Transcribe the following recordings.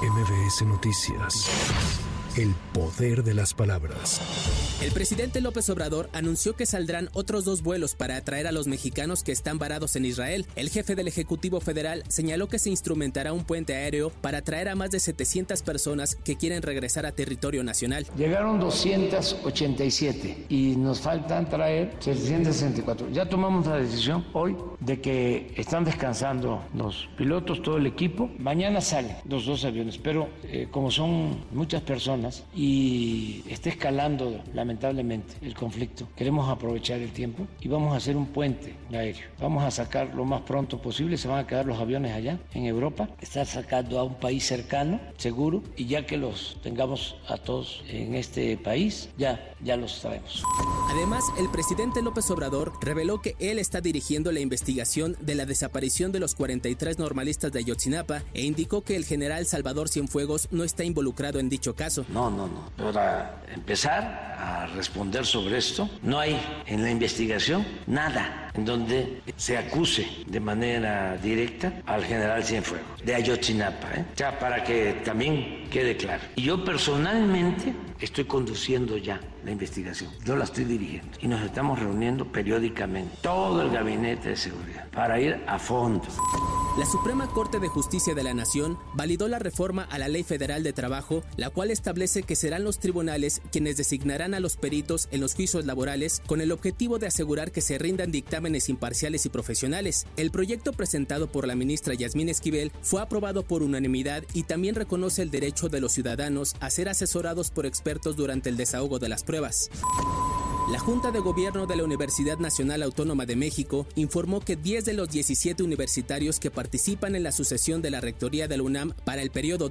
MBS Noticias. El poder de las palabras. El presidente López Obrador anunció que saldrán otros 2 vuelos para atraer a los mexicanos que están varados en Israel. El jefe del Ejecutivo Federal señaló que se instrumentará un puente aéreo para atraer a más de 700 personas que quieren regresar a territorio nacional. Llegaron 287 y nos faltan traer 764. Ya tomamos la decisión hoy de que están descansando los pilotos, todo el equipo. Mañana salen los 2 aviones, pero como son muchas personas y está escalando lamentablemente el conflicto, queremos aprovechar el tiempo y vamos a hacer un puente aéreo. Vamos a sacar lo más pronto posible, se van a quedar los aviones allá en Europa, estar sacando a un país cercano, seguro, y ya que los tengamos a todos en este país, ya los traemos. Además, el presidente López Obrador reveló que él está dirigiendo la investigación de la desaparición de los 43 normalistas de Ayotzinapa e indicó que el general Salvador Cienfuegos no está involucrado en dicho caso. No. Para empezar a responder sobre esto, no hay en la investigación nada en donde se acuse de manera directa al general Cienfuegos de Ayotzinapa, Ya para que también quede claro. Y yo personalmente estoy conduciendo ya la investigación, yo la estoy dirigiendo y nos estamos reuniendo periódicamente, todo el gabinete de seguridad, para ir a fondo. La Suprema Corte de Justicia de la Nación validó la reforma a la Ley Federal de Trabajo, la cual establece que serán los tribunales quienes designarán a los peritos en los juicios laborales con el objetivo de asegurar que se rindan dictámenes imparciales y profesionales. El proyecto presentado por la ministra Yasmín Esquivel fue aprobado por unanimidad y también reconoce el derecho de los ciudadanos a ser asesorados por expertos durante el desahogo de las pruebas. La Junta de Gobierno de la Universidad Nacional Autónoma de México informó que 10 de los 17 universitarios que participan en la sucesión de la Rectoría de la UNAM para el periodo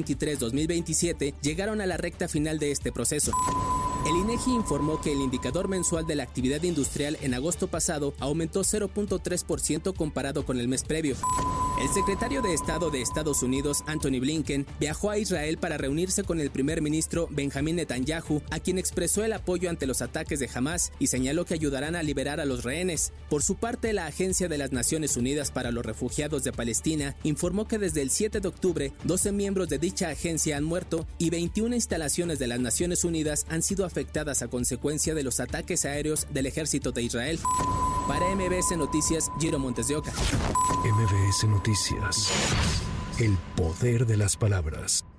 2023-2027 llegaron a la recta final de este proceso. El INEGI informó que el indicador mensual de la actividad industrial en agosto pasado aumentó 0.3% comparado con el mes previo. El secretario de Estado de Estados Unidos, Antony Blinken, viajó a Israel para reunirse con el primer ministro Benjamín Netanyahu, a quien expresó el apoyo ante los ataques de Hamás y señaló que ayudarán a liberar a los rehenes. Por su parte, la Agencia de las Naciones Unidas para los Refugiados de Palestina informó que desde el 7 de octubre, 12 miembros de dicha agencia han muerto y 21 instalaciones de las Naciones Unidas han sido afectadas a consecuencia de los ataques aéreos del ejército de Israel. Para MBS Noticias, Giro Montes de Oca. MBS Noticias. El poder de las palabras.